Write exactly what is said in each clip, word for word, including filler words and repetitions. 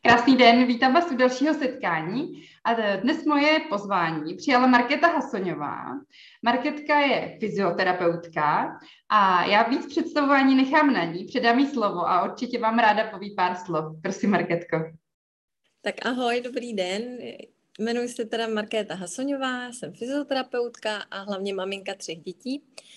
Krásný den, vítám vás u dalšího setkání a dnes moje pozvání přijala Markéta Hasoňová. Markétka je fyzioterapeutka a já víc představování nechám na ní, předám jí slovo a určitě vám ráda poví pár slov. Prosím, Markétko. Tak ahoj, dobrý den. Jmenuji se teda Markéta Hasoňová, jsem fyzioterapeutka a hlavně maminka třech dětí.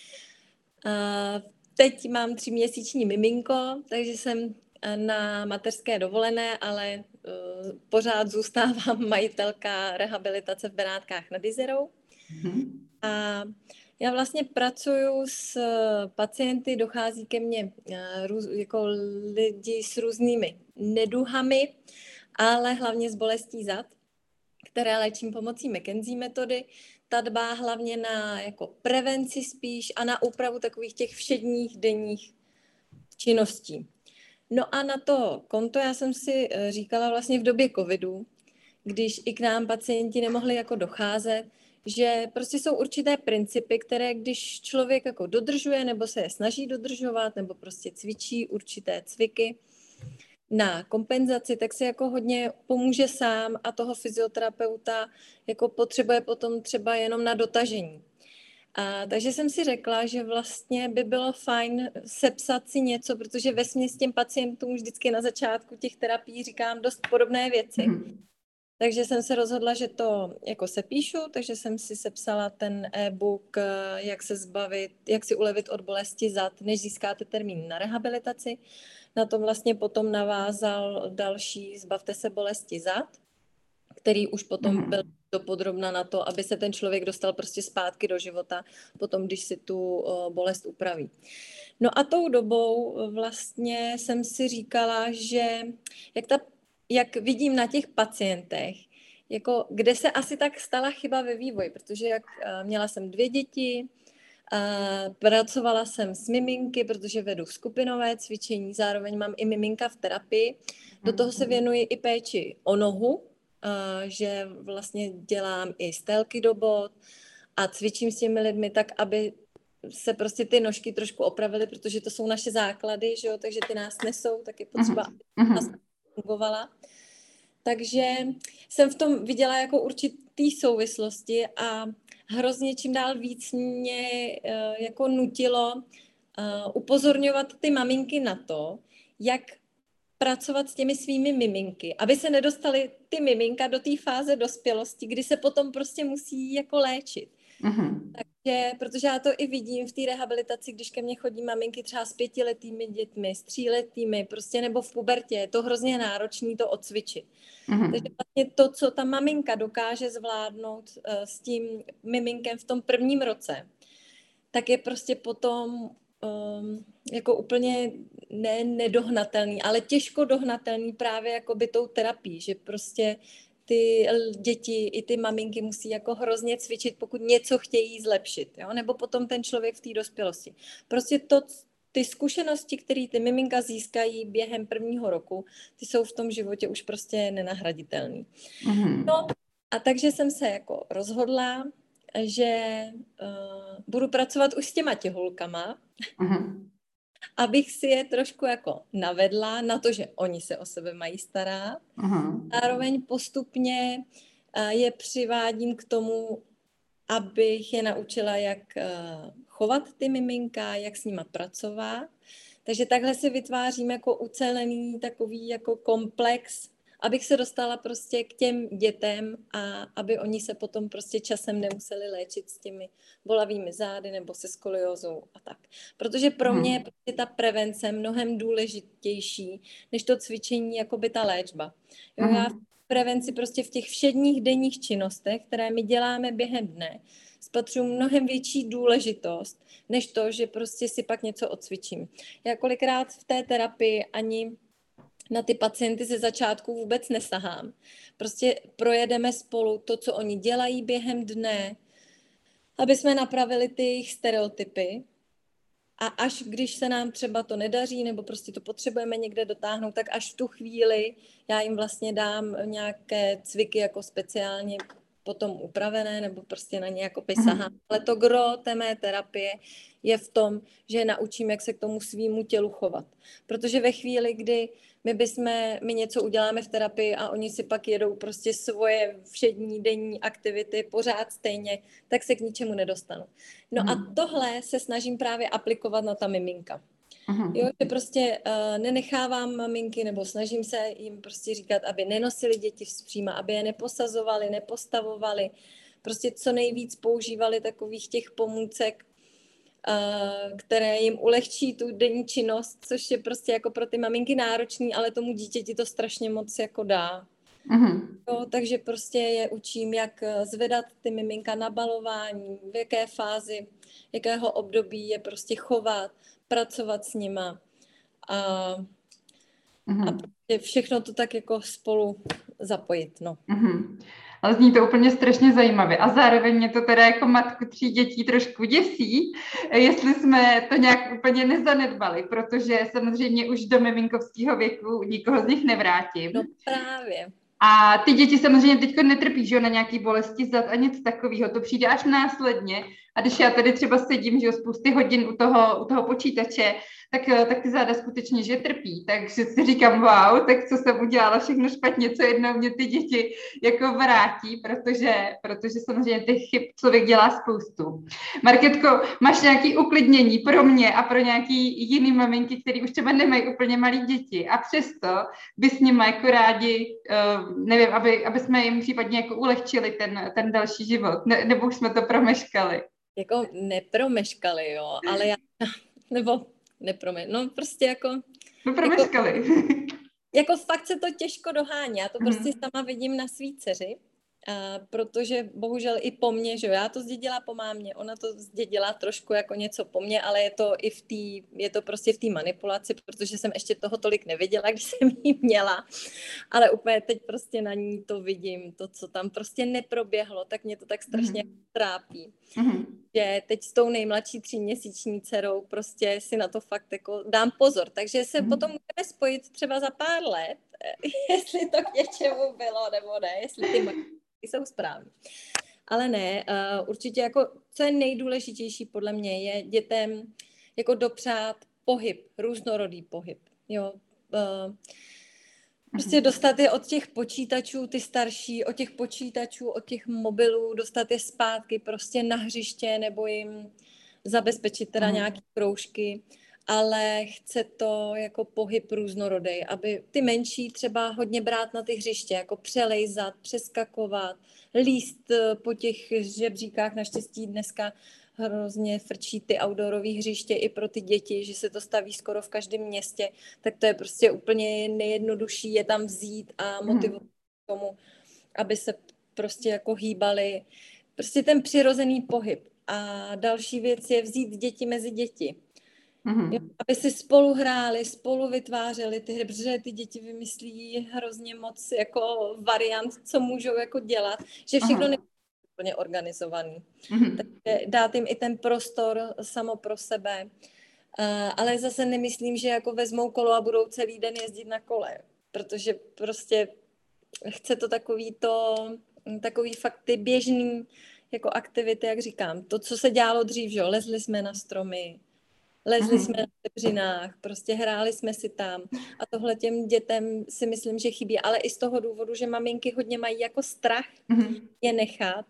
A teď mám tříměsíční miminko, takže jsem na mateřské dovolené, ale uh, pořád zůstávám majitelka rehabilitace v Benátkách nad Jizerou. Mm-hmm. A já vlastně pracuju s pacienty, dochází ke mně uh, jako lidi s různými neduhami, ale hlavně s bolestí zad, které léčím pomocí McKenzie metody. Ta dbá hlavně na jako prevenci spíš a na úpravu takových těch všedních denních činností. No a na to konto já jsem si říkala vlastně v době covidu, když i k nám pacienti nemohli jako docházet, že prostě jsou určité principy, které když člověk jako dodržuje nebo se je snaží dodržovat nebo prostě cvičí určité cviky na kompenzaci, tak se jako hodně pomůže sám a toho fyzioterapeuta jako potřebuje potom třeba jenom na dotažení. A, takže jsem si řekla, že vlastně by bylo fajn sepsat si něco, protože vesměs těm pacientům vždycky na začátku těch terapií říkám dost podobné věci. Mm. Takže jsem se rozhodla, že to jako sepíšu, takže jsem si sepsala ten e-book, jak se zbavit, jak si ulevit od bolesti zad, než získáte termín na rehabilitaci. Na tom vlastně potom navázal další Zbavte se bolesti zad, který už potom mm. byl dopodrobna na to, aby se ten člověk dostal prostě zpátky do života, potom, když si tu uh, bolest upraví. No a tou dobou vlastně jsem si říkala, že jak, ta, jak vidím na těch pacientech, jako kde se asi tak stala chyba ve vývoji, protože jak uh, měla jsem dvě děti, uh, pracovala jsem s miminky, protože vedu skupinové cvičení, zároveň mám i miminka v terapii, do toho se věnuji i péči o nohu, Uh, že vlastně dělám i stélky do bot a cvičím s těmi lidmi tak, aby se prostě ty nožky trošku opravily, protože to jsou naše základy, že jo, takže ty nás nesou, tak je potřeba, aby nás fungovala. Takže jsem v tom viděla jako určitý souvislosti a hrozně čím dál víc mě uh, jako nutilo uh, upozorňovat ty maminky na to, jak pracovat s těmi svými miminky, aby se nedostaly ty miminka do té fáze dospělosti, kdy se potom prostě musí jako léčit. Mm-hmm. Takže, protože já to i vidím v té rehabilitaci, když ke mně chodí maminky třeba s pětiletými dětmi, s tříletými, prostě nebo v pubertě, je to hrozně náročné to odcvičit. Mm-hmm. Takže vlastně to, co ta maminka dokáže zvládnout uh, s tím miminkem v tom prvním roce, tak je prostě potom Um, jako úplně ne, nedohnatelný, ale těžko dohnatelný právě jako by tou terapií, že prostě ty děti i ty maminky musí jako hrozně cvičit, pokud něco chtějí zlepšit, jo? Nebo potom ten člověk v té dospělosti. Prostě to, ty zkušenosti, které ty miminka získají během prvního roku, ty jsou v tom životě už prostě nenahraditelný. Mm-hmm. No a takže jsem se jako rozhodla, že uh, budu pracovat už s těma těhulkama, uh-huh. abych si je trošku jako navedla na to, že oni se o sebe mají starat. Uh-huh. Zároveň postupně uh, je přivádím k tomu, abych je naučila, jak uh, chovat ty miminka, jak s nima pracovat. Takže takhle si vytvářím jako ucelený takový jako komplex, abych se dostala prostě k těm dětem a aby oni se potom prostě časem nemuseli léčit s těmi bolavými zády nebo se skoliózou a tak. Protože pro mě je prostě ta prevence mnohem důležitější, než to cvičení, jako by ta léčba. Jo, já v prevenci prostě v těch všedních denních činnostech, které my děláme během dne, spatřuji mnohem větší důležitost, než to, že prostě si pak něco odcvičím. Já kolikrát v té terapii ani na ty pacienty ze začátku vůbec nesahám. Prostě projedeme spolu to, co oni dělají během dne, aby jsme napravili ty jejich stereotypy. A až když se nám třeba to nedaří, nebo prostě to potřebujeme někde dotáhnout, tak až v tu chvíli já jim vlastně dám nějaké cviky jako speciálně potom upravené, nebo prostě na ně jako Mhm. sahám. Ale to gro té mé terapie je v tom, že je naučím, jak se k tomu svýmu tělu chovat. Protože ve chvíli, kdy my bychom, my něco uděláme v terapii a oni si pak jedou prostě svoje všední denní aktivity pořád stejně, tak se k ničemu nedostanou. No Mhm. a tohle se snažím právě aplikovat na ta miminka. Mhm. Jo, že prostě uh, nenechávám maminky, nebo snažím se jim prostě říkat, aby nenosili děti vzpříma, aby je neposazovali, nepostavovali, prostě co nejvíc používali takových těch pomůcek, uh, které jim ulehčí tu denní činnost, což je prostě jako pro ty maminky náročný, ale tomu dítěti to strašně moc jako dá. Mhm. Jo, takže prostě je učím, jak zvedat ty miminka na balování, v jaké fázi, jakého období je prostě chovat, pracovat s nima a, Mhm. a prostě všechno to tak jako spolu zapojit, no. Mhm. Ale zní to úplně strašně zajímavě. A zároveň mě to teda jako matku tří dětí trošku děsí, jestli jsme to nějak úplně nezanedbali, protože samozřejmě už do miminkovského věku nikoho z nich nevrátím. No právě. A ty děti samozřejmě teď netrpí, že, na nějaký bolesti zad a nic takového. To přijde až následně. A když já tady třeba sedím, že spousty hodin u toho, u toho počítače, tak, tak ty záda skutečně, že trpí. Takže si říkám, wow, tak co jsem udělala všechno špatně, co jednou mě ty děti jako vrátí, protože, protože samozřejmě těch chyb člověk dělá spoustu. Marketko, máš nějaké uklidnění pro mě a pro nějaký jiný maminky, který už třeba nemají úplně malé děti a přesto by s nimi jako rádi, uh, nevím, aby, aby jsme jim případně jako ulehčili ten, ten další život, ne, nebo už jsme to promeškali. Jako nepromeškali, jo, ale já, nebo neprome, no prostě jako... No promeškali. Jako, jako fakt se to těžko dohání, já to prostě mm. sama vidím na svý dceři, a protože bohužel i po mně, že jo, já to zdědila po mámě, ona to zdědila trošku jako něco po mně, ale je to i v té, je to prostě v té manipulaci, protože jsem ještě toho tolik neviděla, když jsem ji měla, ale úplně teď prostě na ní to vidím, to, co tam prostě neproběhlo, tak mě to tak strašně mm. trápí. Mm. Že teď s tou nejmladší tříměsíční dcerou prostě si na to fakt jako dám pozor, takže se mm. potom můžeme spojit třeba za pár let, jestli to k něčemu bylo nebo ne, jestli ty jsou správný. Ale ne, uh, určitě jako, co je nejdůležitější podle mě, je dětem jako dopřát pohyb, různorodý pohyb, jo. Uh, prostě dostat je od těch počítačů, ty starší, od těch počítačů, od těch mobilů, dostat je zpátky prostě na hřiště nebo jim zabezpečit teda nějaký kroužky, ale chce to jako pohyb různorodý, aby ty menší třeba hodně brát na ty hřiště, jako přelejzat, přeskakovat, líst po těch žebříkách, naštěstí dneska hrozně frčí ty outdoorové hřiště i pro ty děti, že se to staví skoro v každém městě, tak to je prostě úplně nejjednodušší je tam vzít a motivovat k tomu, aby se prostě jako hýbali. Prostě ten přirozený pohyb. A další věc je vzít děti mezi děti. Mm-hmm. Jo, aby si spolu hráli, spolu vytvářeli ty hry, protože ty děti vymyslí hrozně moc jako variant, co můžou jako dělat, že všechno není úplně organizovaný. Mm-hmm. Takže dát jim i ten prostor samo pro sebe. Uh, ale zase nemyslím, že jako vezmou kolo a budou celý den jezdit na kole, protože prostě chce to takový to, takový fakt ty běžný jako aktivity, jak říkám. To, co se dělalo dřív, že jo, lezli jsme na stromy, lezli jsme na žebřinách, prostě hráli jsme si tam a tohle těm dětem si myslím, že chybí, ale i z toho důvodu, že maminky hodně mají jako strach mm-hmm. je nechat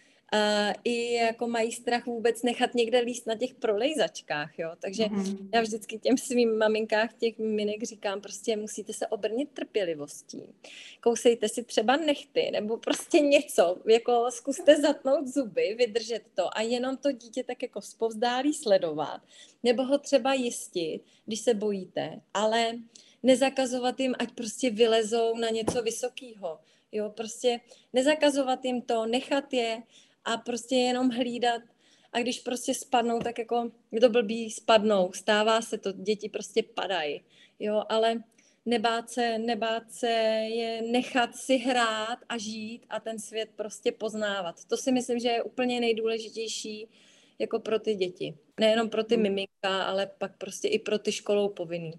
a i jako mají strach vůbec nechat někde líst na těch prolejzačkách, jo, takže mm-hmm. já vždycky těm svým maminkách těch miminek říkám, prostě musíte se obrnit trpělivostí, kousejte si třeba nechty, nebo prostě něco, jako zkuste zatnout zuby, vydržet to a jenom to dítě tak jako zpovzdálí sledovat, nebo ho třeba jistit, když se bojíte, ale nezakazovat jim, ať prostě vylezou na něco vysokého, jo, prostě nezakazovat jim to, nechat je a prostě jenom hlídat a když prostě spadnou, tak jako je to blbý, spadnou, stává se to, děti prostě padají, jo, ale nebát se, nebát se je nechat si hrát a žít a ten svět prostě poznávat. To si myslím, že je úplně nejdůležitější jako pro ty děti. Nejenom pro ty miminka, ale pak prostě i pro ty školou povinný.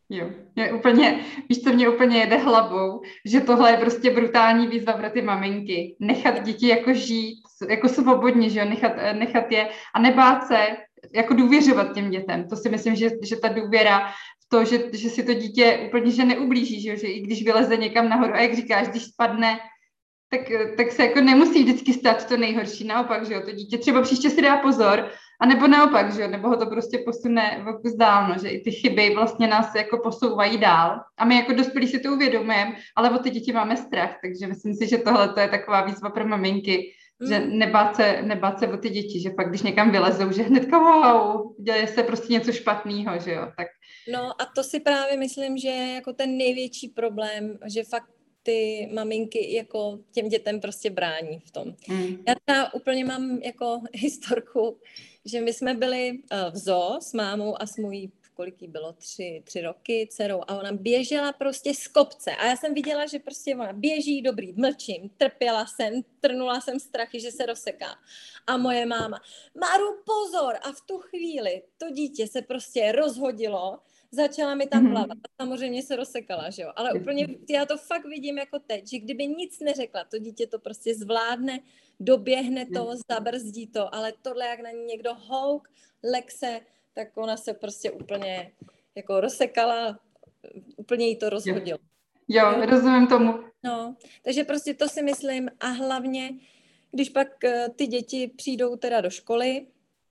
Jo, je úplně, víš, co mě úplně jede hlavou, že tohle je prostě brutální výzva pro ty maminky. Nechat děti jako žít, jako svobodně, že jo, nechat, nechat je a nebát se, jako důvěřovat těm dětem. To si myslím, že, že ta důvěra v to, že, že si to dítě úplně že neublíží, že, jo, že i když vyleze někam nahoru a jak říkáš, když spadne, tak, tak se jako nemusí vždycky stát to nejhorší. Naopak, že jo, to dítě třeba příště si dá pozor, a nebo naopak, že jo, nebo ho to prostě posune o kus dál, no, že i ty chyby vlastně nás jako posouvají dál. A my jako dospělí si to uvědomujeme, ale o ty děti máme strach, takže myslím si, že tohle to je taková výzva pro maminky, mm. že nebát se, nebát se o ty děti, že pak když někam vylezou, že hnedka wow, děje se prostě něco špatného, že jo, tak. No a to si právě myslím, že je jako ten největší problém, že fakt ty maminky jako těm dětem prostě brání v tom. Mm. Já ta úplně mám jako historku, že my jsme byli v zoo s mámou a s mojí, kolik jí bylo, tři, tři roky, dcerou, a ona běžela prostě z kopce a já jsem viděla, že prostě ona běží, dobrý, mlčím, trpěla jsem, trnula jsem strachy, že se rozseká. A moje máma, Maru, pozor! A v tu chvíli to dítě se prostě rozhodilo, začala mi tam plavat a samozřejmě se rozsekala, že jo, ale úplně já to fakt vidím jako teď, že kdyby nic neřekla, to dítě to prostě zvládne, doběhne to, zabrzdí to, ale tohle, jak na ní někdo houk, lek se, tak ona se prostě úplně jako rozsekala, úplně jí to rozhodilo. Jo, jo, rozumím tomu. No, takže prostě to si myslím a hlavně, když pak ty děti přijdou teda do školy,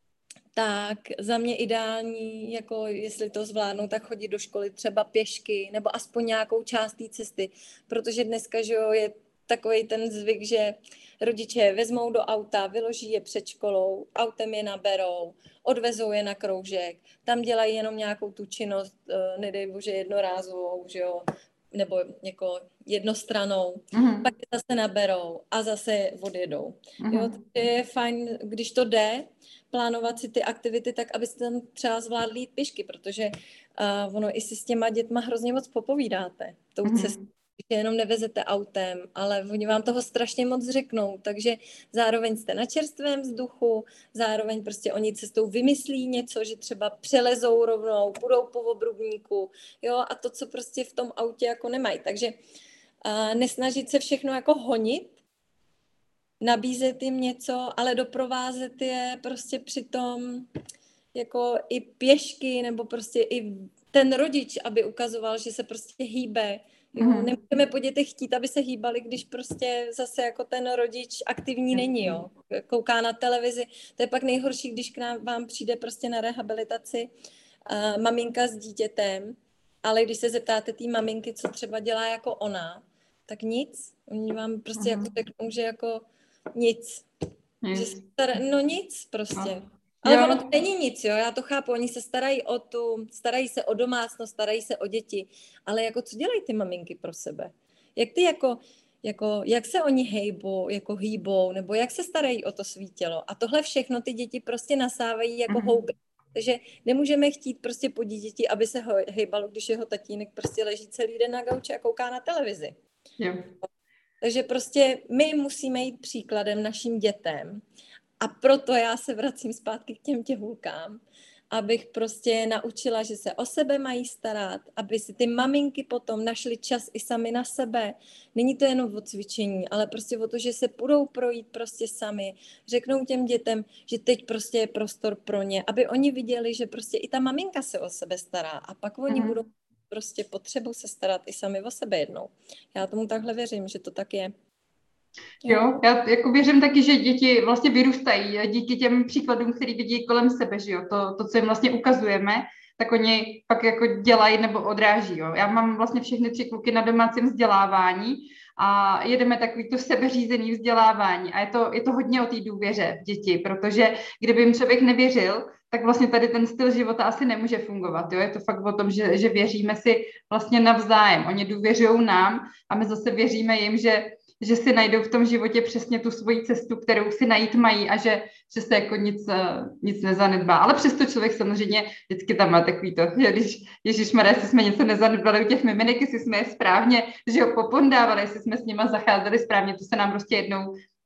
tak za mě ideální, jako jestli to zvládnou, tak chodit do školy třeba pěšky nebo aspoň nějakou část té cesty, protože dneska, že jo, je takový ten zvyk, že rodiče je vezmou do auta, vyloží je před školou, autem je naberou, odvezou je na kroužek, tam dělají jenom nějakou tu činnost, nedej bože jednorázovou, že jo, nebo jako jednostranou, mm. pak je zase naberou a zase odjedou. Mm. Jo, takže je fajn, když to jde, plánovat si ty aktivity tak, abyste tam třeba zvládli jít pěšky, protože uh, ono i si s těma dětma hrozně moc popovídáte tou mm. cestou, že jenom nevezete autem, ale oni vám toho strašně moc řeknou, takže zároveň jste na čerstvém vzduchu, zároveň prostě oni cestou vymyslí něco, že třeba přelezou rovnou, půjdou po obrubníku, jo, a to, co prostě v tom autě jako nemají. Takže uh, nesnažit se všechno jako honit, nabízet jim něco, ale doprovázet je prostě přitom jako i pěšky, nebo prostě i ten rodič, aby ukazoval, že se prostě hýbe. Jo, mm. Nemůžeme po dětech chtít, aby se hýbali, když prostě zase jako ten rodič aktivní není, jo. Kouká na televizi. To je pak nejhorší, když k nám vám přijde prostě na rehabilitaci uh, maminka s dítětem, ale když se zeptáte té maminky, co třeba dělá jako ona, tak nic. Oni vám prostě mm. jako řeknou, že jako nic. Že stará, no nic prostě. No. Ale jo. Ono to není nic, jo, já to chápu, oni se starají o tu, starají se o domácnost, starají se o děti, ale jako co dělají ty maminky pro sebe? Jak ty jako, jako jak se oni hejbou, jako hýbou, nebo jak se starají o to svý tělo? A tohle všechno ty děti prostě nasávají jako mm-hmm. houby. Takže nemůžeme chtít prostě po dítěti, aby se hejbalo, když jeho tatínek prostě leží celý den na gauči a kouká na televizi. Jo. Takže prostě my musíme jít příkladem našim dětem. A proto já se vracím zpátky k těm těhulkám, abych prostě naučila, že se o sebe mají starat, aby si ty maminky potom našly čas i sami na sebe. Není to jenom o cvičení, ale prostě o to, že se půjdou projít prostě sami. Řeknou těm dětem, že teď prostě je prostor pro ně, aby oni viděli, že prostě i ta maminka se o sebe stará a pak oni mm. budou prostě potřebu se starat i sami o sebe jednou. Já tomu takhle věřím, že to tak je. Jo, já jako věřím taky, že děti vlastně vyrůstají díky těm příkladům, který vidí kolem sebe, že jo, to, to, co jim vlastně ukazujeme, tak oni pak jako dělají nebo odráží, jo. Já mám vlastně všechny tři kluky na domácím vzdělávání a jedeme takový to sebeřízený vzdělávání a je to, je to hodně o té důvěře v děti, protože kdyby jim člověk nevěřil, tak vlastně tady ten styl života asi nemůže fungovat, jo. Je to fakt o tom, že, že věříme si vlastně navzájem, oni důvěřují nám a my zase věříme jim, že že si najdou v tom životě přesně tu svoji cestu, kterou si najít mají a že, že se jako nic, nic nezanedbá. Ale přesto člověk samozřejmě vždycky tam má takový to, že když ježišmarja, jestli jsme něco nezanedbali u těch miminek, jestli jsme je správně, že ho popondávali, jestli jsme s nima zacházeli správně, to se nám prostě jednou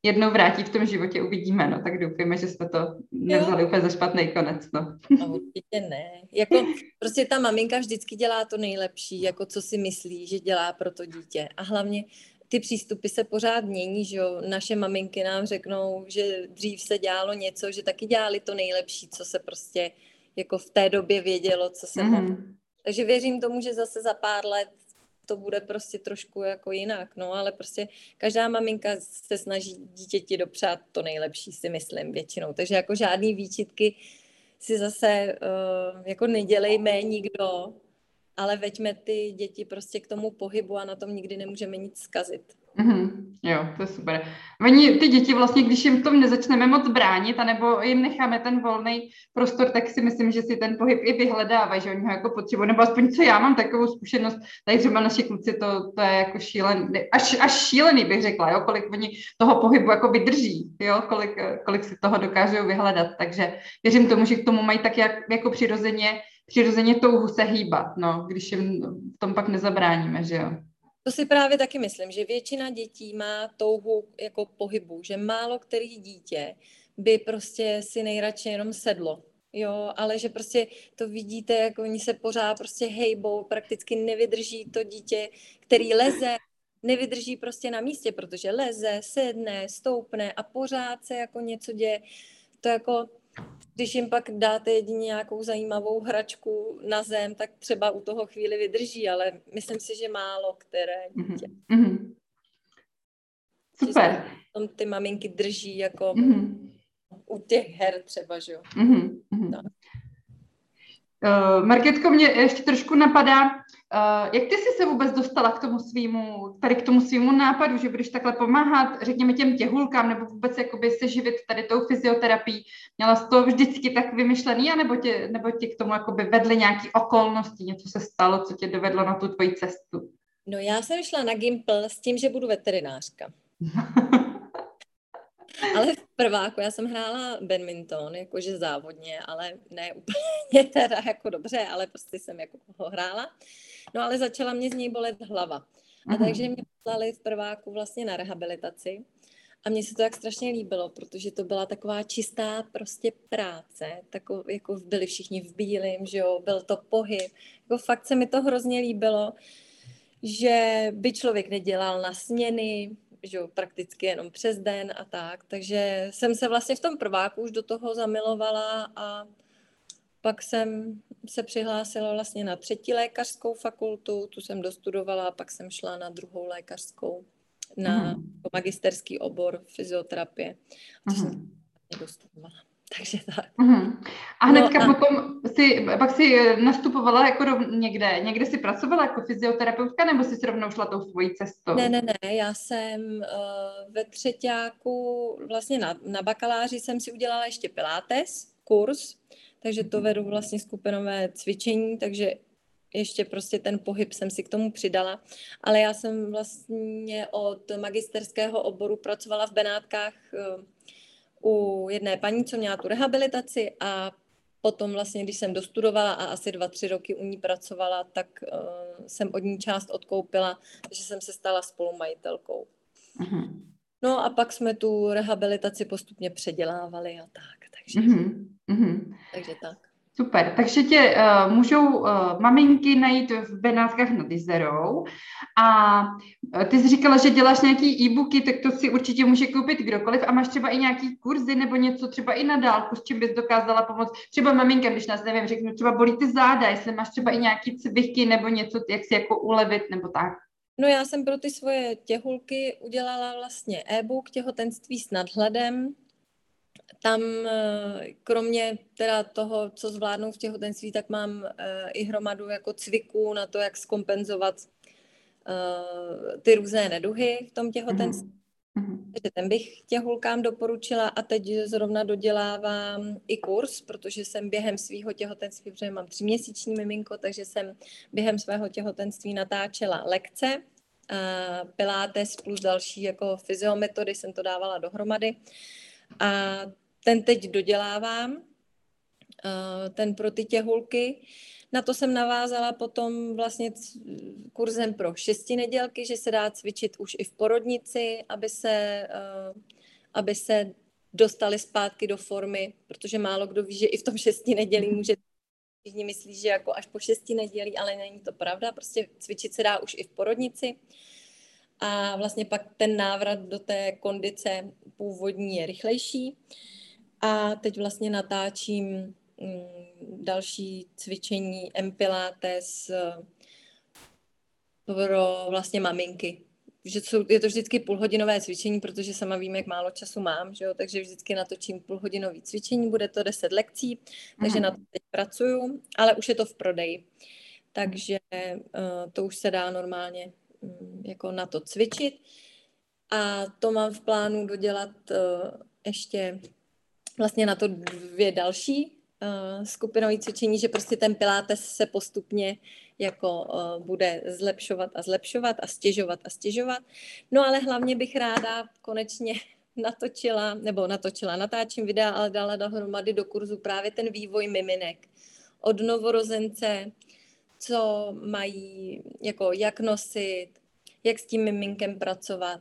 jednou vrátí v tom životě, uvidíme, no, tak doufejme, že jsme to nevzali Jo. úplně za špatný konec, no. A určitě ne. Jako prostě ta maminka vždycky dělá to nejlepší, jako co si myslí, že dělá pro to dítě. A hlavně ty přístupy se pořád mění, že jo. Naše maminky nám řeknou, že dřív se dělalo něco, že taky dělali to nejlepší, co se prostě jako v té době vědělo, co se mohlo. Mhm. Takže věřím tomu, že zase za pár let to bude prostě trošku jako jinak, no, ale prostě každá maminka se snaží dítěti dopřát to nejlepší, si myslím, většinou. Takže jako žádný výčitky si zase uh, jako nedělejme nikdo, ale veďme ty děti prostě k tomu pohybu a na tom nikdy nemůžeme nic zkazit. Mm-hmm. Jo, to je super. Oni, ty děti vlastně, když jim v tom nezačneme moc bránit, anebo jim necháme ten volný prostor, tak si myslím, že si ten pohyb i vyhledávají, že oni ho jako potřebují, nebo aspoň co já mám takovou zkušenost, tady třeba naši kluci, to, to je jako šílený, až, až šílený bych řekla, jo, kolik oni toho pohybu jako vydrží, jo, kolik, kolik si toho dokážou vyhledat, takže věřím tomu, že k tomu mají tak jak, jako přirozeně, přirozeně touhu se hýbat, no, když jim v tom pak nezabráníme, že jo. To si právě taky myslím, že většina dětí má touhu jako pohybu, že málo který dítě by prostě si nejradši jenom sedlo, jo, ale že prostě to vidíte, jak oni se pořád prostě hejbou, prakticky nevydrží to dítě, který leze, nevydrží prostě na místě, protože leze, sedne, stoupne a pořád se jako něco děje. To jako, když jim pak dáte jedině nějakou zajímavou hračku na zem, tak třeba u toho chvíli vydrží, ale myslím si, že málo které dítě. Mm-hmm. Super. Tom ty maminky drží jako mm-hmm. u těch her třeba, že jo. Mm-hmm. No. Uh, Markétko, mě ještě trošku napadá, uh, jak ty jsi se vůbec dostala k tomu svýmu, tady k tomu svýmu nápadu, že budeš takhle pomáhat, řekněme, těm těhulkám, nebo vůbec jakoby se živit tady tou fyzioterapií? Měla jsi to vždycky tak vymyšlený, anebo tě, nebo tě k tomu jakoby vedly nějaké okolnosti, něco se stalo, co tě dovedlo na tu tvoji cestu? No já jsem šla na Gimpl s tím, že budu veterinářka. Ale v prváku já jsem hrála badminton, jakože závodně, ale ne úplně teda jako dobře, ale prostě jsem jako ho hrála. No ale začala mě z něj bolet hlava. A Aha. takže mě poslali v prváku vlastně na rehabilitaci. A mně se to tak strašně líbilo, protože to byla taková čistá prostě práce. Tako, jako byli všichni v bílém, že jo, byl to pohyb. Jako fakt se mi to hrozně líbilo, že by člověk nedělal na směny, že jo, prakticky jenom přes den a tak. Takže jsem se vlastně v tom prváku už do toho zamilovala a pak jsem se přihlásila vlastně na třetí lékařskou fakultu, tu jsem dostudovala a pak jsem šla na druhou lékařskou, na mm. magisterský obor fyzioterapie. To mm. jsem dostudovala. Takže tak. Mm. A hnedka no a... potom si, pak si nastupovala jako rov, někde, někde si pracovala jako fyzioterapeutka, nebo jsi rovnou šla tou svojí cestou? Ne, ne, ne, já jsem uh, ve třeťáku, vlastně na, na bakaláři jsem si udělala ještě pilates, kurz, takže to vedu vlastně skupinové cvičení, takže ještě prostě ten pohyb jsem si k tomu přidala, ale já jsem vlastně od magisterského oboru pracovala v Benátkách uh, u jedné paní, co měla tu rehabilitaci a potom vlastně, když jsem dostudovala a asi dva, tři roky u ní pracovala, tak uh, jsem od ní část odkoupila, takže jsem se stala spolumajitelkou. Uh-huh. No a pak jsme tu rehabilitaci postupně předělávali a tak, takže, uh-huh. takže tak. Super, takže tě uh, můžou uh, maminky najít v Benátkách nad Jizerou a uh, ty jsi říkala, že děláš nějaký e-booky, tak to si určitě může koupit kdokoliv a máš třeba i nějaký kurzy nebo něco třeba i na dálku, s čím bys dokázala pomoct třeba maminkám, když nás nevím, řeknu, třeba bolí ty záda, jestli máš třeba i nějaký cviky nebo něco, jak si jako ulevit nebo tak. No já jsem pro ty svoje těhulky udělala vlastně e-book Těhotenství s nadhledem. Tam kromě teda toho, co zvládnou v těhotenství, tak mám uh, i hromadu jako cviků na to, jak zkompenzovat uh, ty různé neduhy v tom těhotenství. Uh-huh. Takže ten bych těhulkám doporučila a teď zrovna dodělávám i kurz, protože jsem během svého těhotenství, protože mám tříměsíční miminko, takže jsem během svého těhotenství natáčela lekce, uh, pilates plus další jako fyziometody jsem to dávala dohromady a ten teď dodělávám, ten pro ty těhulky. Na to jsem navázala potom vlastně kurzem pro šestinedělky, že se dá cvičit už i v porodnici, aby se aby se dostali zpátky do formy, protože málo kdo ví, že i v tom šesti nedělí může, všichni myslí, že jako až po šesti nedělí, ale není to pravda, prostě cvičit se dá už i v porodnici a vlastně pak ten návrat do té kondice původní je rychlejší a teď vlastně natáčím mm, další cvičení M Pilates pro vlastně maminky. Že jsou, je to vždycky půlhodinové cvičení, protože sama vím, jak málo času mám, že jo? Takže vždycky natočím půlhodinové cvičení, bude to deset lekcí, takže mm. na to teď pracuju, ale už je to v prodeji. Takže uh, to už se dá normálně um, jako na to cvičit. A to mám v plánu dodělat uh, ještě vlastně na to dvě další uh, skupinové cvičení, že prostě ten pilates se postupně jako uh, bude zlepšovat a zlepšovat a stěžovat a stěžovat. No ale hlavně bych ráda konečně natočila, nebo natočila, natáčím videa, ale dala dohromady do kurzu právě ten vývoj miminek. Od novorozence, co mají, jako jak nosit, jak s tím miminkem pracovat,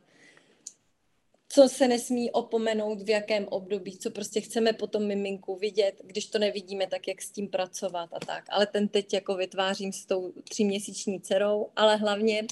co se nesmí opomenout v jakém období, co prostě chceme po tom miminku vidět, když to nevidíme, tak jak s tím pracovat a tak. Ale ten teď jako vytvářím s tou tříměsíční dcerou, ale hlavně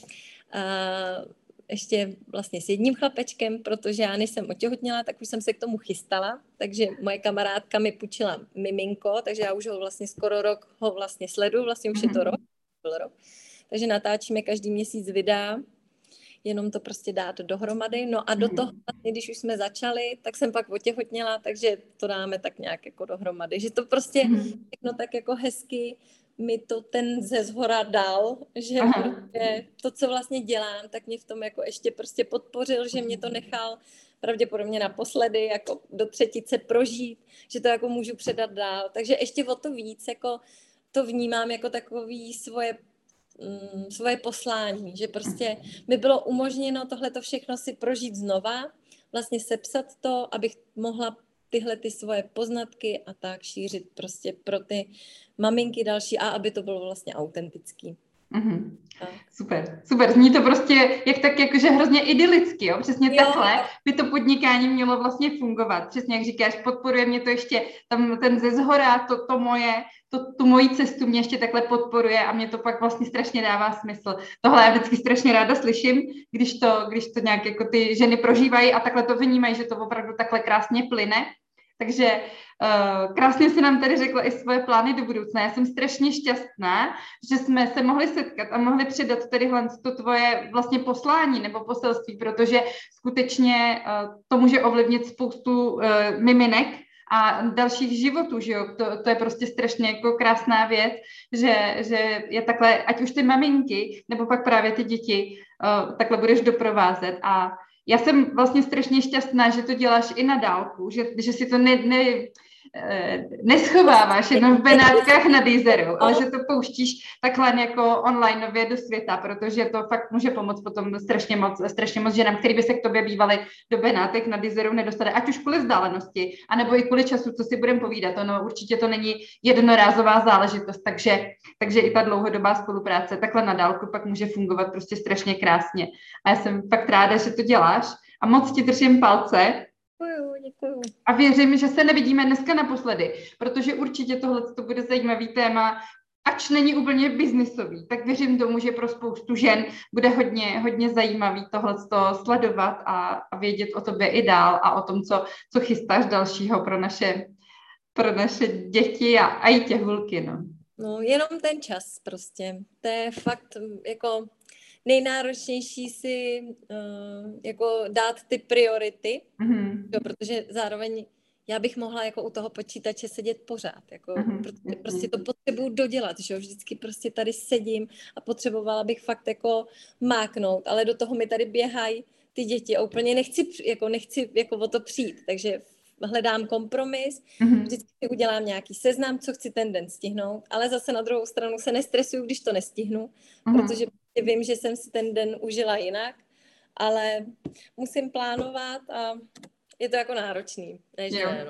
uh, ještě vlastně s jedním chlapečkem, protože já než jsem otěhotněla, tak už jsem se k tomu chystala, takže moje kamarádka mi půjčila miminko, takže já už ho vlastně skoro rok ho vlastně sleduju, vlastně už je to rok, byl rok. Takže natáčíme každý měsíc videa, jenom to prostě dát dohromady. No a do toho, když už jsme začali, tak jsem pak otěhotněla, takže to dáme tak nějak jako dohromady. Že to prostě všechno tak jako hezky mi to ten ze zhora dal, že prostě to, co vlastně dělám, tak mě v tom jako ještě prostě podpořil, že mě to nechal pravděpodobně naposledy jako do třetice prožít, že to jako můžu předat dál. Takže ještě o to víc jako to vnímám jako takový svoje svoje poslání, že prostě mi bylo umožněno tohleto všechno si prožít znova, vlastně sepsat to, abych mohla tyhle ty svoje poznatky a tak šířit prostě pro ty maminky další a aby to bylo vlastně autentický. Mm-hmm. Super, super. Zní to prostě jak tak jakože hrozně idylicky, jo? Přesně jo. Takhle by to podnikání mělo vlastně fungovat. Přesně jak říkáš, podporuje mě to ještě tam ten ze zhora, to, to moje, to, tu moji cestu mě ještě takhle podporuje a mě to pak vlastně strašně dává smysl. Tohle já vždycky strašně ráda slyším, když to, když to nějak jako ty ženy prožívají a takhle to vnímají, že to opravdu takhle krásně plyne. Takže uh, krásně si nám tady řekla i svoje plány do budoucna. Já jsem strašně šťastná, že jsme se mohli setkat a mohli předat tady to tvoje vlastně poslání nebo poselství, protože skutečně uh, to může ovlivnit spoustu uh, miminek a dalších životů, že jo, to, to je prostě strašně jako krásná věc, že, že je takhle, ať už ty maminky, nebo pak právě ty děti, uh, takhle budeš doprovázet a já jsem vlastně strašně šťastná, že to děláš i na dálku, že, že si to ne, ne, neschováváš jenom v Benátkách nad Jizerou, ale že to pouštíš takhle jako onlineově do světa, protože to fakt může pomoct potom strašně moc, strašně moc ženám, který by se k tobě bývaly do Benátek nad Jizerou nedostali, ať už kvůli vzdálenosti, anebo i kvůli času, co si budeme povídat. Ono určitě to není jednorázová záležitost, takže, takže i ta dlouhodobá spolupráce takhle na dálku pak může fungovat prostě strašně krásně. A já jsem fakt ráda, že to děláš a moc ti držím palce. Děkuju, děkuju. A věřím, že se nevidíme dneska naposledy, protože určitě tohle to bude zajímavý téma, ač není úplně biznisový, tak věřím tomu, že pro spoustu žen bude hodně, hodně zajímavý tohle sledovat a, a vědět o tobě i dál a o tom, co, co chystáš dalšího pro naše, pro naše děti a, a i těhulky. No. no, jenom ten čas prostě. To je fakt jako nejnáročnější si uh, jako dát ty priority, mm-hmm. jo, protože zároveň já bych mohla jako u toho počítače sedět pořád, jako, mm-hmm. protože prostě to potřebuju dodělat, že jo, vždycky prostě tady sedím a potřebovala bych fakt jako máknout, ale do toho mi tady běhají ty děti a úplně nechci, jako nechci jako o to přijít, takže hledám kompromis, mm-hmm. vždycky udělám nějaký seznam, co chci ten den stihnout, ale zase na druhou stranu se nestresuju, když to nestihnu, mm-hmm. protože vím, že jsem si ten den užila jinak, ale musím plánovat a je to jako náročný. Ne, že ne, no.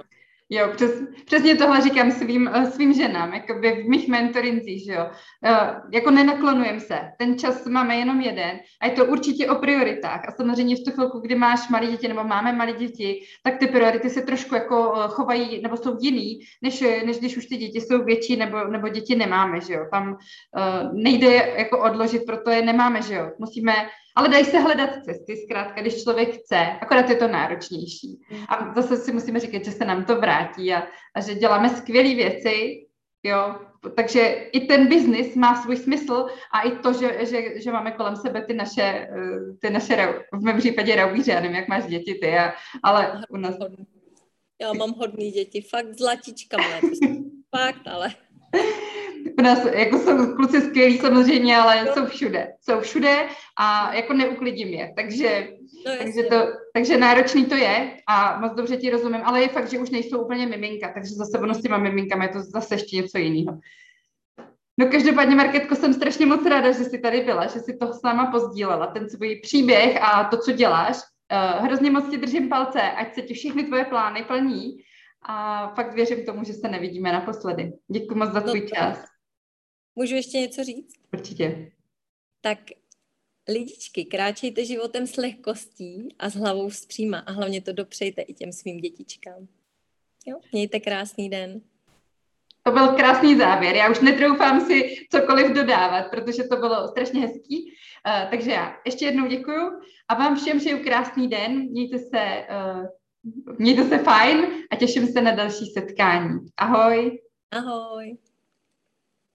Jo, přes, přesně tohle říkám svým, svým ženám, jakoby v mých mentorincích, že jo. Uh, jako nenaklonujeme se, ten čas máme jenom jeden a je to určitě o prioritách. A samozřejmě v tu chvilku, kdy máš malé děti nebo máme malé děti, tak ty priority se trošku jako chovají nebo jsou jiný, než, než když už ty děti jsou větší nebo, nebo děti nemáme, že jo. Tam uh, nejde jako odložit, proto je nemáme, že jo. Musíme, ale dají se hledat cesty, zkrátka, když člověk chce, akorát je to náročnější. A zase si musíme říkat, že se nám to vrátí a, a že děláme skvělé věci, jo, takže i ten biznis má svůj smysl a i to, že, že, že máme kolem sebe ty naše, ty naše v mém případě raubíře, já nevím, jak máš děti ty, a, ale u nás... Já mám hodný děti, fakt zlatička moje, fakt, ale... U nás jako jsou kluci skvělí samozřejmě, ale no. jsou všude, jsou všude a jako neuklidím je, takže... No, takže, to, takže náročný to je a moc dobře ti rozumím, ale je fakt, že už nejsou úplně miminka, takže zase ono s těma miminkama je to zase ještě něco jiného. No každopádně, Markétko, jsem strašně moc ráda, že jsi tady byla, že jsi to s náma pozdílela, ten svůj příběh a to, co děláš. Uh, hrozně moc ti držím palce, ať se ti všechny tvoje plány plní a fakt věřím tomu, že se nevidíme naposledy. Děkuji moc za tvůj čas. Můžu ještě něco říct? Určitě. Tak lidičky, kráčejte životem s lehkostí a s hlavou vzpříma a hlavně to dopřejte i těm svým dětičkám. Jo? Mějte krásný den. To byl krásný závěr. Já už netroufám si cokoliv dodávat, protože to bylo strašně hezký. Uh, takže já ještě jednou děkuju a vám všem přeju krásný den. Mějte se, uh, mějte se fajn a těším se na další setkání. Ahoj. Ahoj.